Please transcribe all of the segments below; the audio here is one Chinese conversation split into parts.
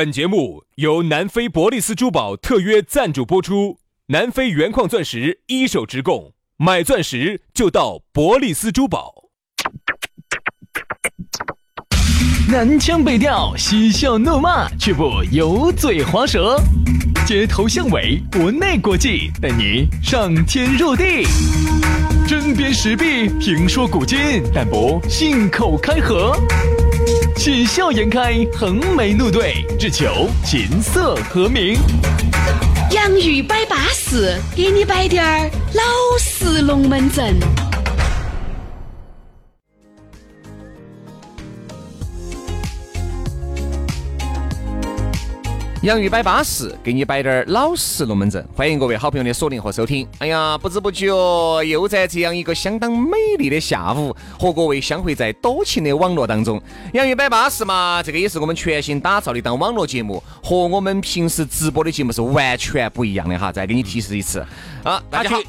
本节目由南非伯利斯珠宝特约赞助播出，南非原矿钻石一手直供，买钻石就到伯利斯珠宝。 南腔北调，嬉笑怒骂，却不油嘴滑舌，街头巷尾，国内国际，带你上天入地，针砭时弊，评说古今，但不信口开河，喜笑颜开，横眉怒对，只求琴瑟和鸣。 洋芋摆巴士，给你摆点儿老式龙门阵。 洋芋摆巴士，给你摆点老实龙门阵。欢迎各位好朋友的锁定和收听。哎呀，不知不觉又在这样一个相当美丽的下午，和各位相会在多情的网络当中。洋芋摆巴士嘛，这个也是我们全新打造的一档网络节目，和我们平时直播的节目是完全不一样的哈。再给你提示一次啊，大家好。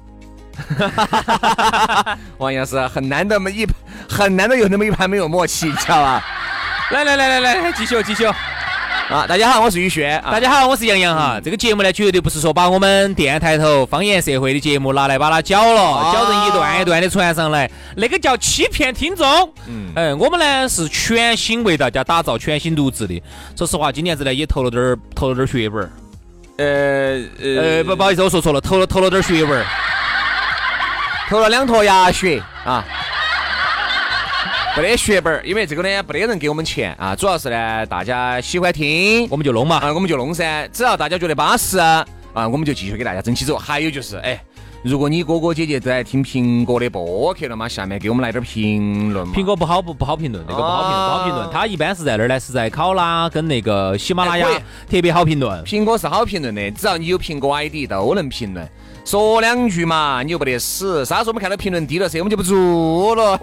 王阳是很难得有那么一盘没有默契，你知道吧？ 来，继续。 啊，大家好，我是宇轩。 大家好，我是杨洋哈。这个节目呢，绝对不是说把我们电台头方言社会的节目拿来把它搅成一段一段的传上来，那个叫欺骗听众。我们呢是全新为大家打造、全新录制的。说实话，今年子呢也投了点血本。不好意思，我说错了，投了点血本， 投了2坨牙血啊。不得血本，因为这个呢不得人给我们钱啊，主要是呢大家喜欢听， 我们就弄嘛， 我们就弄噻。只要大家觉得巴适啊，我们就继续给大家争起走。还有就是，如果你哥哥姐姐都在听苹果的播客了嘛，下面给我们来点评论嘛。 苹果不好评论，那个不好评论，它一般是在那儿呢，是在考拉跟那个喜马拉雅特别好评论。 苹果是好评论的，只要你有苹果 ID 都能评论。说2句嘛，你又不得死。啥时候我们看到评论低了噻，我们就不做了。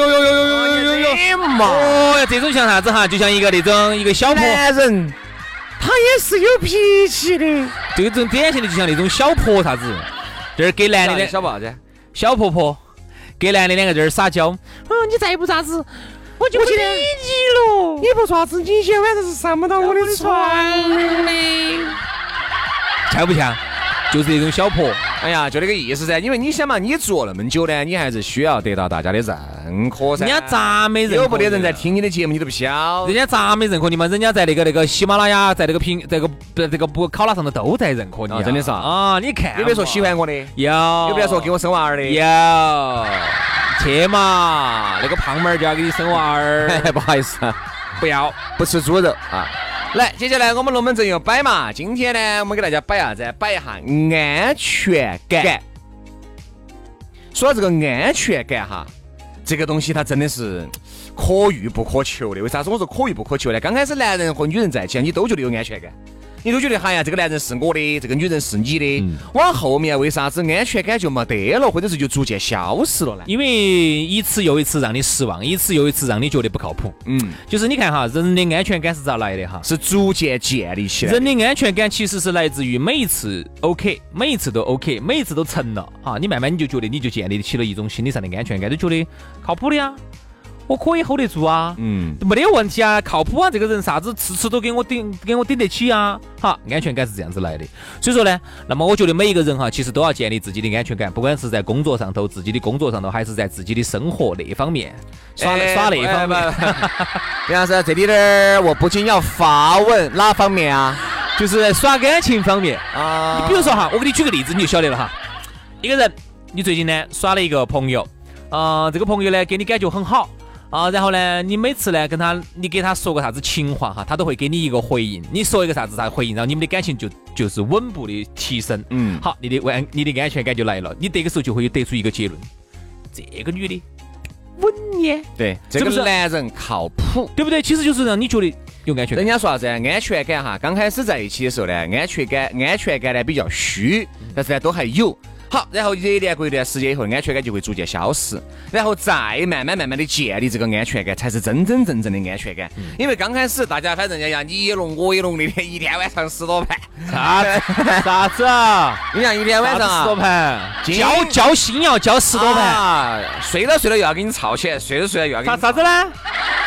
这种像啥子哈？就像一个小婆男人，他也是有脾气的。 这种典型的就像那种小婆啥子，就是给男的小啥子？ 小婆婆给男的2个在这撒娇。你再不啥子，我就不理你了。 你不啥子，你今天晚上是上不到我的床的。 像不像？就是那种小婆， 哎呀，就那个意思噻。因为你想嘛，你做那么久呢，你还是需要得到大家的认可噻。 人家咋没认可？ 有不得人在听你的节目，你都不晓。 人家咋没认可你嘛？人家在那个喜马拉雅，在这个不考拉上的都在认可你。 真的是啊！你看， 有没有说喜欢我的？有没有说给我生娃儿的？ 有。去嘛，那个胖妹儿就要给你生娃儿。 不好意思，不吃猪肉啊。来，接下来我们龙门阵又摆嘛。今天呢，我们给大家摆啥子？摆一下安全感。说到这个安全感哈，这个东西它真的是可遇不可求的。为啥子我说可遇不可求呢？刚开始男人和女人在一起，你都觉得有安全感，你都觉得哎呀，这个男人是我的，这个女人是你的。往后面为啥子安全感就没得了，或者是就逐渐消失了呢？ 因为一次又一次让你失望，一次又一次让你觉得不靠谱。就是你看哈，人的安全感是咋来的哈？ 是逐渐建立起来。 人的安全感其实是来自于每一次 OK， 每一次都 OK， 每一次都成了哈，你慢慢你就觉得你就建立起了一种心理上的安全感，就觉得靠谱的呀。我可以 hold 得住啊，没得问题啊，靠谱啊，这个人啥子次都给我顶得起啊，哈，安全感是这样子来的。所以说呢，那么我觉得每一个人哈，其实都要建立自己的安全感，不管是在工作上头，自己的工作上头，还是在自己的生活那方面，耍那方面。 杨老师，这里呢，我不仅要发问，哪方面啊？ 就是在耍感情方面啊。你比如说哈，我给你举个例子，你就晓得了哈。一个人，你最近呢耍了一个朋友，这个朋友呢给你感觉很好。然后呢，你每次呢你给他说个啥子情话哈，他都会给你一个回应。你说一个啥子他回应，然后你们的感情就是稳步的提升。好，你的安全感就来了。你这个时候就会得出一个结论：这个女的稳耶。 对，这个男人靠谱， 对不对？其实就是让你觉得有安全感。 人家说啥子安全感哈，刚开始在一起的时候呢，安全感呢比较虚，但是呢都还有。好，然后热恋过一段时间以后，安全感就会逐渐消失，然后再慢慢的建立这个安全感，才是真正的安全感。因为刚开始大家反正呀，你也弄我也弄的，一天晚上10多盘， 啥子啊？ 你想一天晚上 10多盘，交心要交10多盘， 睡了又要给你吵起来，睡了又要给你啥子呢？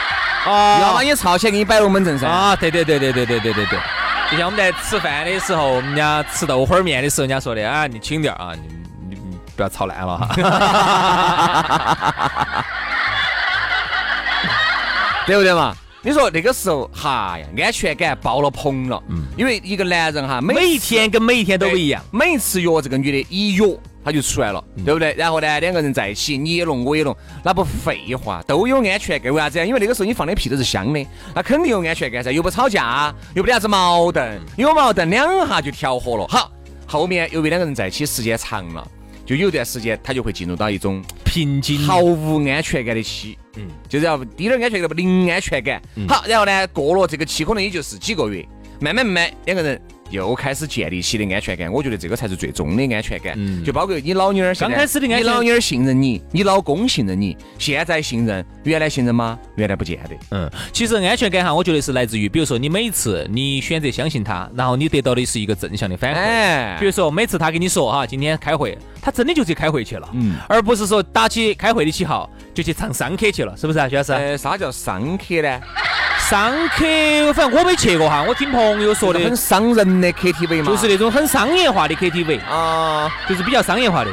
要把你操起来给你摆龙门阵噻。 啊，对。就像我们在吃饭的时候，人家吃豆花面的时候，人家说的啊，你轻点啊，你不要炒烂了哈。 对不对嘛？你说那个时候，哈呀，安全感爆了棚了。因为一个男人哈， 每一天跟每一天都不一样。 每一次约这个女的一约，他就出来了，对不对？然后呢，两个人在一起，你也弄我也弄，那不废话，都有安全感。为啥子？因为那个时候你放的屁都是香的，那肯定有安全感噻，又不吵架，又不得啥子矛盾，有矛盾两下就调和了。好，后面由于两个人在一起时间长了，就有段时间他就会进入到一种瓶颈， 毫无安全感的期。就是要低点安全感，不零安全感。好，然后呢，过了这个期，可能也就是几个月，慢慢两个人又开始建立起的安全感。我觉得这个才是最终的安全感。就包括你老女儿， 刚开始的安全感， 你老女儿信任你，你老公信任你，现在信任，原来信任吗？原来不见得。 其实安全感哈，我觉得是来自于，比如说你每一次你选择相信他，然后你得到的是一个正向的反馈。比如说每次他跟你说哈，今天开会，他真的就去开会去了，而不是说打起开会的旗号就去唱商客去了，是不是啊，徐老师？ 啥叫商客呢？ 商客，反正我没去过哈，我听朋友说的， 很伤人的 KTV 嘛， 就是那种很商业化的 KTV 啊，就是比较商业化的。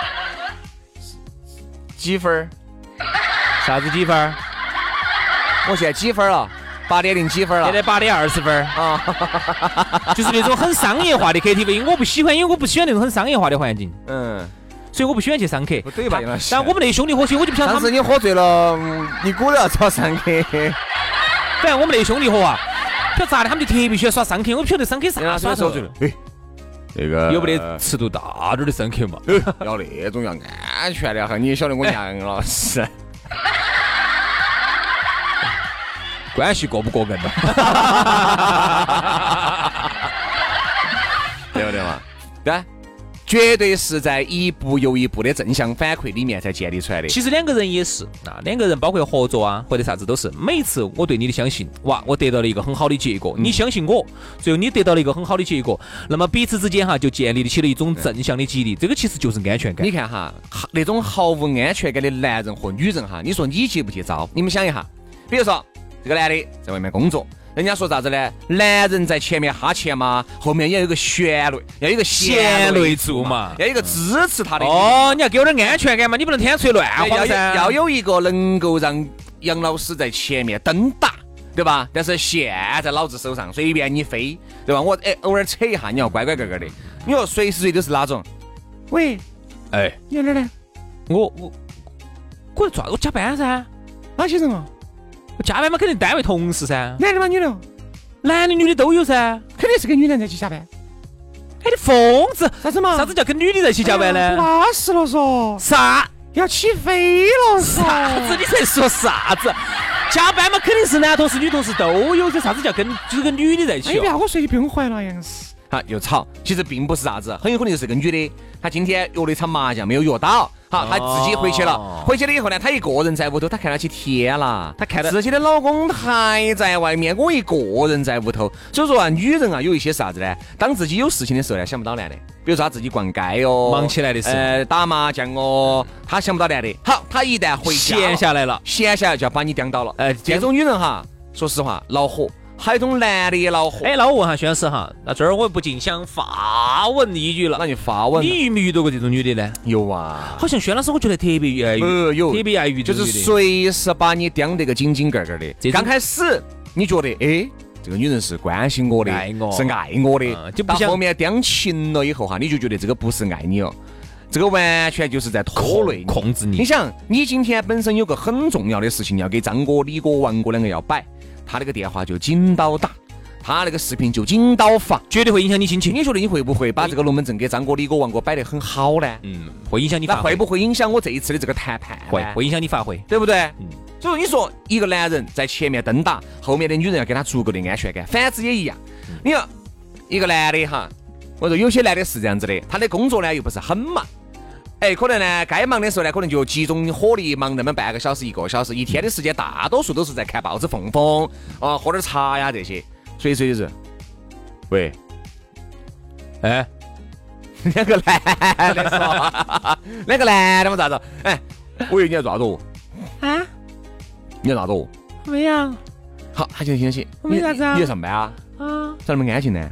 几分？ 啥子几分？ 我现在几分了？8.0几分了？ 现在8.20分啊，就是那种很商业化的 KTV， 我不喜欢，因为我不喜欢那种很商业化的环境。所以我不喜欢去商客。 不对吧？ 但我们那兄弟伙去，我就不想他们。 上次你喝醉了，你鼓要找商客。 反正我们那兄弟伙啊，不知道咋的，他们就特别喜欢耍商客，我不晓得商客啥耍头。 那个有没得尺度大点的商客嘛？ 要那种要安全的，你晓得我杨老师。 关系过不过硬的？ 对不对嘛？对。绝对是在一步又一步的正向反馈里面才建立出来的。 其实两个人也是啊，两个人包括合作啊或者啥子都是，每一次我对你的相信，哇，我得到了一个很好的结果，你相信我，最后你得到了一个很好的结果，那么彼此之间哈就建立起了一种正向的激励，这个其实就是安全感。 你看哈，那种毫无安全感的男人和女人哈，你说你接不接招？你们想一下，比如说这个男的在外面工作。人家说啥子呢？男人在前面哈钱嘛，后面要有一个弦雷，要有一个弦雷柱嘛， 要有一个支持他的。 哦，你要给我点安全感嘛，你不能天天出去乱晃噻。 要有一个能够让杨老师在前面蹬打，对吧？但是现在老子手上随便你飞，对吧？我偶尔扯一下，你要乖乖个个的。你说随时随地都是哪种？喂，你在哪儿呢？ 我在抓，我加班噻。 哪些人啊？ 加班嘛，肯定单位同事噻。 男的吗？女的？ 男的女的都有噻。 肯定是跟女人在一起加班。 你疯子！ 啥子嘛？ 啥子叫跟女的在一起加班呢？ 巴适了嗦。 啥？ 要起飞了嗦。 啥子？你在说啥子？加班嘛，肯定是男同事女同事都有。这啥子叫就是跟女的在一起？ 哎呀，我随便坏了，杨是。好，又吵。其实并不是啥子，很有可能就是个女的，她今天约了一场麻将没有约到。好，她自己回去了。回去了以后呢，她一个人在屋头，她看了起天了。她看到自己的老公还在外面，我一个人在屋头。所以说啊，女人啊，有一些啥子呢？当自己有事情的时候呢，想不到男的。比如说她自己逛街哦， 忙起来的时候， 打麻将哦，她想不到男的。好，她一旦回家闲下来了， 闲下来就要把你叼到了。这种女人哈，说实话恼火。还有一种男的也恼火。 那我问下薛老师哈，那这儿我不禁想发问一句了。 那你发问。 你遇没遇到过这种女的呢？ 有啊。 好像薛老师我觉得特别爱遇， 有特别爱遇， 就是随时把你叼得个紧紧个个的。刚开始你觉得这个女人是关心我的，是爱我的，就不像后面叼勤了以后哈，你就觉得这个不是爱你了。这个完全就是在拖累你、 控制你。 你想，你今天本身有个很重要的事情要给张哥、李哥、王哥两个要摆。他那个电话就紧到打，他那个视频就紧到发， 绝对会影响你心情。 你觉得你会不会把这个龙门阵给张哥、李哥、王哥摆得很好呢？ 会影响你发挥。 那会不会影响我这一次的这个谈判？ 会影响你发挥， 对不对？所以说，你说一个男人在前面蹬打，后面的女人要给他足够的安全感，反之也一样。你看一个男的哈，我说有些男的是这样子的，他的工作呢又不是很忙。可能呢，该忙的时候呢，可能就集中火力忙那么半个小时、1个小时，一天的时间大多数都是在看报纸、缝缝啊，喝点茶呀这些。所以就是，喂，两个男的说，两个男的嘛咋子？我以为你要抓着我啊？你要抓着我？ 没有。 好，他就听起， 为啥子啊你在上班啊？咋那么安静呢？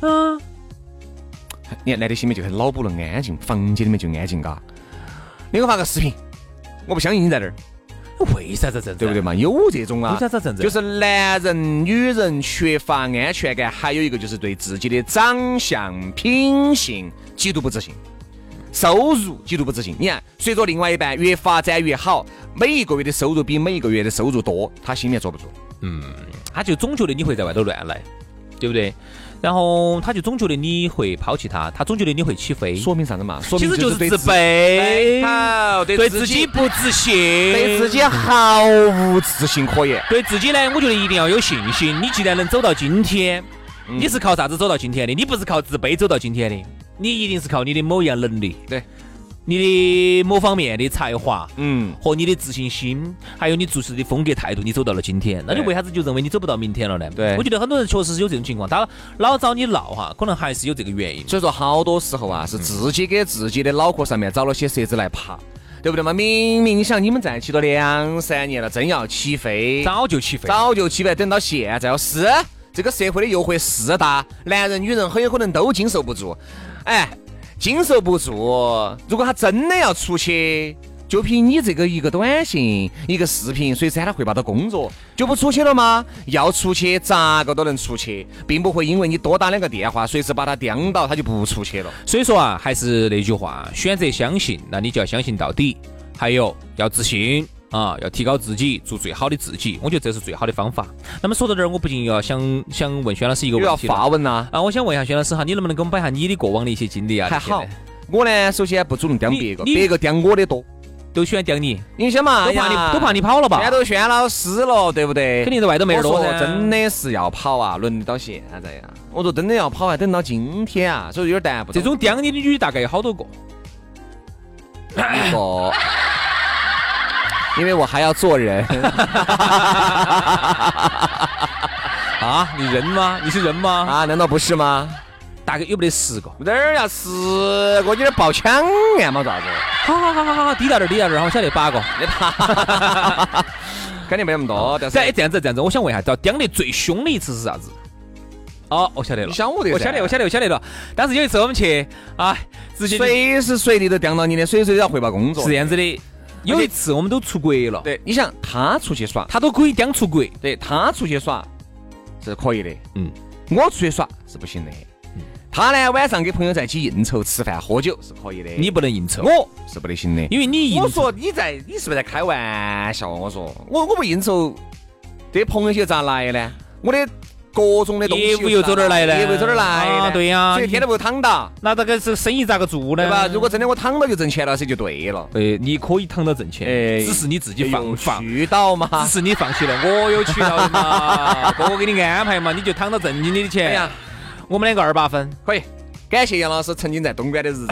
你看来的心里面就很脑补了，安静，房间里面就安静，嘎。你给我发个视频，我不相信你在这儿。 为啥子这样子？ 对不对嘛？有这种啊， 为啥子这样子？ 就是男人、女人缺乏安全感，还有一个就是对自己的长相、品性极度不自信，收入极度不自信。你看，随着另外一半越发展越好，每一个月的收入比每一个月的收入多，他心里面坐不住。 他就总觉得你会在外头乱来，对不对？然后他就总觉得你会抛弃他，他总觉得你会起飞。 说明啥子嘛？说其明实就是自卑， 好， 对自己不自信， 对自己毫无自信可言。 对自己呢，我觉得一定要有信心。你既然能走到今天，你是靠啥子走到今天的？你不是靠自卑走到今天的，你一定是靠你的某一样能力。 对。 你的某方面的才华，和你的自信心，还有你做事的风格态度，你走到了今天，那你为啥子就认为你走不到明天了呢？ 对， 我觉得很多人确实是有这种情况，他老找你闹哈，可能还是有这个原因。 所以说，好多时候啊，是自己给自己的脑壳上面找了些蛇子来爬，对不对嘛？明明你想你们在一起都2-3年了，真要起飞， 早就起飞， 等到现在是这个社会的诱惑是大，男人女人很有可能都经受不住，经受不住，如果他真的要出去，就凭你这个一个短信一个视频，谁喊他汇报到工作就不出去了吗？要出去咋个都能出去，并不会因为你多打2个电话随时把他刁到他就不出去了。 所以说啊，还是那句话，选择相信，那你就要相信到底，还有要自信啊，要提高自己，做最好的自己，我觉得这是最好的方法。那么说到这儿，我不禁要想问轩老师一个问题了， 要发问啊！ 我想问一下轩老师哈，你能不能给我们摆一下你的过往的一些经历啊？ 还好，我呢首先不主动刁别个，别个刁我的多， 都喜欢刁你。 你想嘛， 都怕你跑了吧？ 现在都轩老师了，对不对？ 肯定在外头没人多噻。 真的是要跑啊，轮得到现在呀！我说真的要跑啊，等到今天啊，所以有点担不。 这种刁你的女大概有好多个？ 一个。因为我还要做人啊！你人吗？你是人吗？ 啊？难道不是吗？ 大概有没得10个？ 哪儿要10个？有点爆抢案嘛？咋子？ 好，低到这儿，然后晓得8个。 肯定没那么多。但是这样子，我想问一下，到刁的最凶的一次是啥子？哦，我晓得了。 你想我晓得了。当时有一次我们去直接随时随地都刁到你的，随时都要汇报工作。 是这样子的。有一次我们都出国了， 对，你想他出去耍， 他都可以刁出国， 对他出去耍是可以的，我出去耍是不行的，他呢晚上跟朋友在一起应酬吃饭喝酒是可以的， 你不能应酬， 我是不得行的， 因为你应酬， 我说你是不是在开玩笑？我说我不应酬，这朋友些咋来呢？我的各种的东西业务又走哪儿来呢？ 业务走哪儿来呢？ 对呀， 所以天都不躺到， 那这个是生意咋个做呢？ 对吧？如果真的我躺到就挣钱了，这就对了。 你可以躺到挣钱，只是你自己放渠道嘛， 只是你放弃了，我有渠道的嘛，我给你安排嘛，你就躺到挣你的钱。哎呀，我们2个28分， 可以。感谢杨老师曾经在东莞的日子，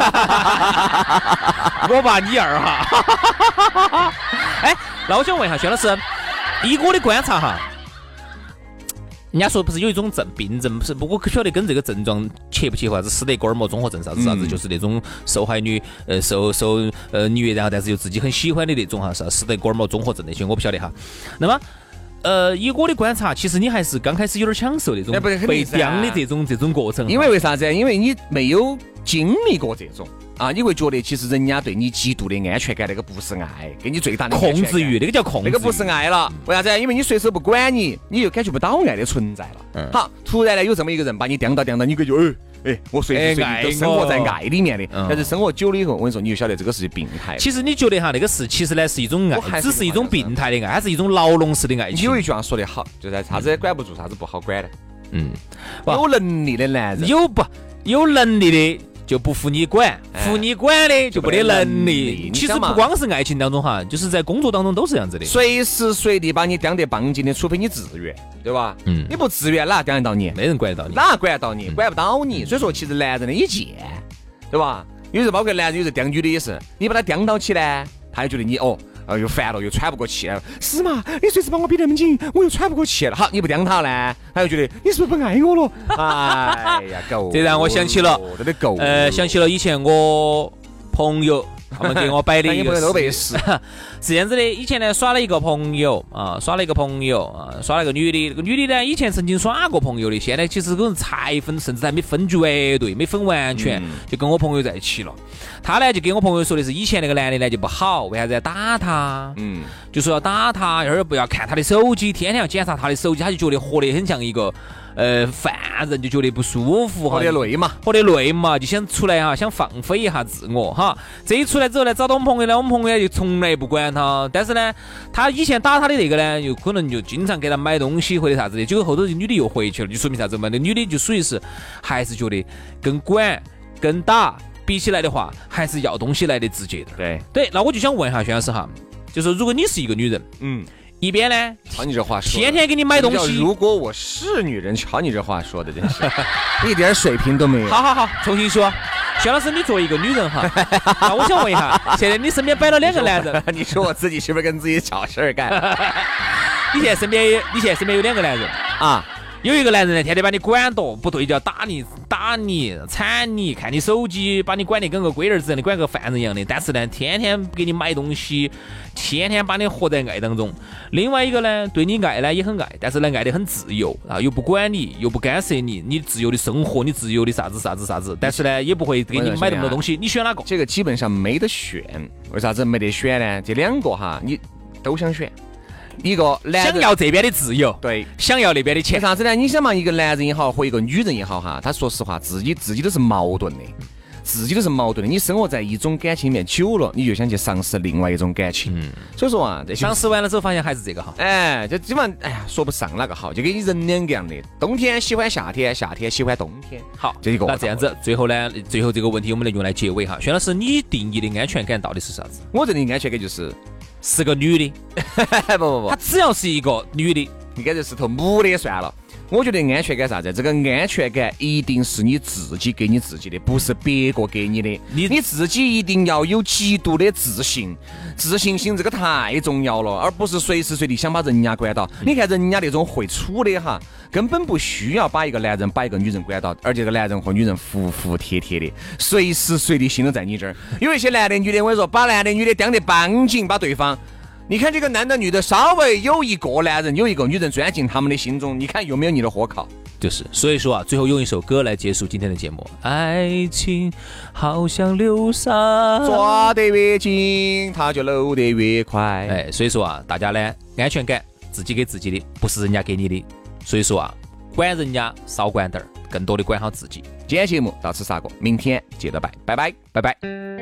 我把你2哈。那我想问一下薛老师，以我的观察哈。人家说不是有一种病症，不是，我可晓得跟这个症状切不切合，啥子斯德哥尔摩综合症，啥子，就是那种受害女受虐，然后但是又自己很喜欢的那种哈，是斯德哥尔摩综合症那些，我不晓得哈。那么以我的观察，其实你还是刚开始有点享受那种被刁的这种过程， 因为啥子？因为你没有经历过这种。你会觉得其实人家对你极度的安全感，那个不是爱，给你最大的控制欲，那个叫控制欲， 那个不是爱了。为啥子？因为你随时不管你就感觉不到爱的存在了。好，突然呢有这么一个人把你刁到，你感觉我随时随地都生活在爱里面的。但是生活久了以后，我跟你说，你就晓得这个是病态。 其实你觉得哈，那个是其实呢是一种爱，只是一种病态的爱，它是一种牢笼式的爱情。 有一句话说得好，就在啥子管不住，啥子不好管的。有能力的男人， 有能力的。就不服你管，服你管的就没得能力。其实不光是爱情当中哈，就是在工作当中都是这样子的， 随时随地把你刁得棒紧的，除非你自愿，对吧？你不自愿哪刁得到你？ 没人管得到你， 哪管得到你？管不到你。所以说，其实男人的一贱，对吧？有时候包括男人，有时候刁女的也是，你把他刁到起呢，他就觉得你又烦了，又喘不过气了，是嘛？你随时把我逼得那么紧，我又喘不过气了。好，你不刁他呢，他又觉得你是不是不爱我了？哎呀，狗！ 这让我想起了， 真的狗。 想起了以前我朋友他们给我摆的一个都被死。 是这样子的，以前呢耍了一个朋友啊，耍了一个女的，那个女的呢以前曾经耍过朋友的，现在其实可能才分，甚至还没分绝对，没分完全，就跟我朋友在一起了。他呢就跟我朋友说的是，以前那个男的呢就不好，为啥子要打他？就说要打他，一会儿不要看他的手机，天天要检查他的手机，他就觉得活得很像一个犯人，就觉得不舒服， 活得累嘛，就想出来哈，想放飞一下自我哈。这一出来之后呢，找到我们朋友呢，我们朋友就从来不管他，但是呢，他以前打他的那个呢，有可能就经常给他买东西或者啥子的，结果后头这女的又回去了，就说明啥子嘛？那女的就属于是还是觉得跟管跟打比起来的话，还是要东西来的直接的。对，那我就想问一下薛老师哈，就是如果你是一个女人，一边呢， 瞧你这话说， 天天给你买东西。 如果我是女人，瞧你这话说的，真是一点水平都没有。 好，重新说。薛老师，你作为一个女人哈，那我想问一下，现在你身边摆了2个男人， 你说我自己是不是跟自己找事儿干？ 你现在身边有2个男人啊。有一个男人呢，天天把你管到不对，就要打你、铲你，看你手机，把你管得跟个龟儿子，你管个犯人一样的。但是呢，天天给你买东西，天天把你活在爱当中。另外一个呢，对你爱呢也很爱，但是呢爱得很自由啊，又不管你，又不干涉你自由的生活，你自由的啥子。但是呢，也不会给你买那么多东西。你选哪个？ 这个基本上没得选。为啥子没得选呢？这2个哈，你都想选。一个男人想要这边的自由， 对， 想要那边的钱。 为啥子呢？你想嘛，一个男人也好，或一个女人也好哈，他说实话，自己都是矛盾的，你生活在一种感情里面久了，你就想去尝试另外一种感情。所以说啊， 尝试完了之后发现还是这个好。 就基本上说不上哪个好，就跟你人2个样的，冬天喜欢夏天，夏天喜欢冬天。 好， 这个那这样子，最后这个问题我们来用来结尾哈。薛老师，你定义的安全感到底是啥子？ 我这里安全感是个女的。 不， 她只要是一个女的， 你干脆是头母的算了。我觉得安全感啥子？这个安全感一定是你自己给你自己的，不是别个给你的。你自己一定要有极度的自信心，这个太重要了，而不是随时随地想把人家管到。你看人家那种会处的哈，根本不需要把一个男人把一个女人管到，而这个男人和女人服服帖帖的，随时随地心都在你这儿。有一些男的女的，我跟你说，把男的女的当得绑紧，把对方。你看这个男的女的，稍微有一个男人有一个女人钻进他们的心中，你看有没有你的火烤？ 就是，所以说啊，最后用一首歌来结束今天的节目。爱情好像流沙， 抓得越紧，它就流得越快。 所以说啊，大家呢，安全感自己给自己的，不是人家给你的。所以说啊，管人家少管点儿，更多的管好自己。 今天节目到此煞过，明天接着拜，拜拜， 拜拜。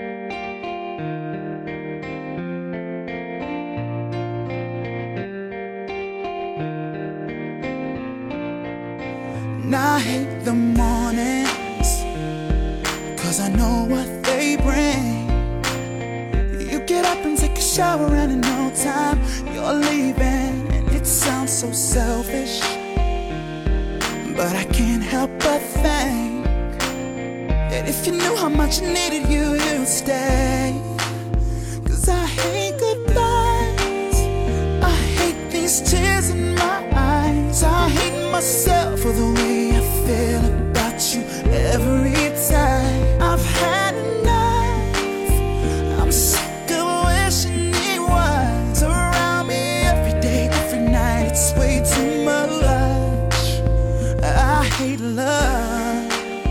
I hate the mornings, 'cause I know what they bring. You get up and take a shower and in no time you're leaving, and it sounds so selfish, but I can't help but think that if you knew how much I needed you, you'd stay. 'Cause I hate goodbyes, I hate these tears in my eyes, I hate myself for the way I feel about you every time. I've had enough, I'm sick of wishing it was around me every day, every night. It's way too much. I hate love,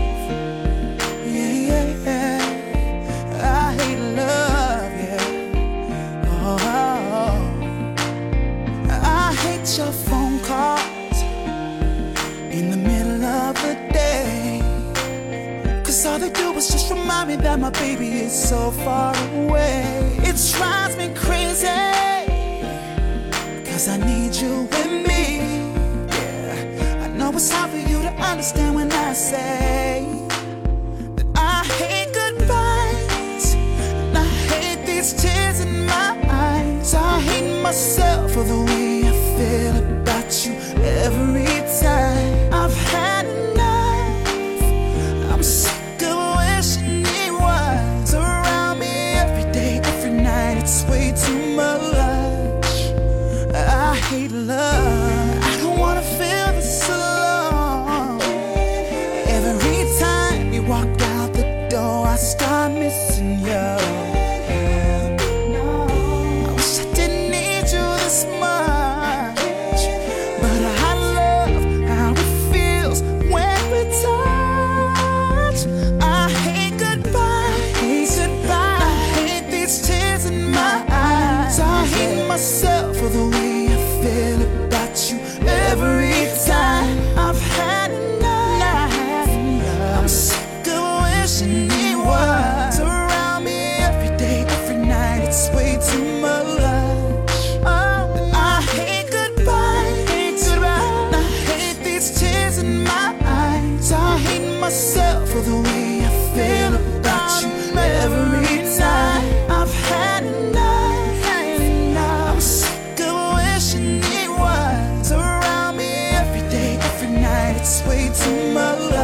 yeah. I hate love, yeah. Oh, I hate your phone calls in the middle of the day, 'cause all they do is just remind me that my baby is so far away. It drives me crazy, 'cause I need you with me. Yeah, I know it's hard for you to understand when I say that I hate goodbyes, and I hate these tears in my eyes. I hate myself for the way I feel about you every time. I've had enough, I'm sick of wishing it was around me every day, every night. It's way too much. I hate love, I don't wanna feel this alone. Every time you walk out the door, I start missing you. myself for the way I feel about you every time. I've had enough. I'm sick of wishing it was around me every day, every night. It's way too much.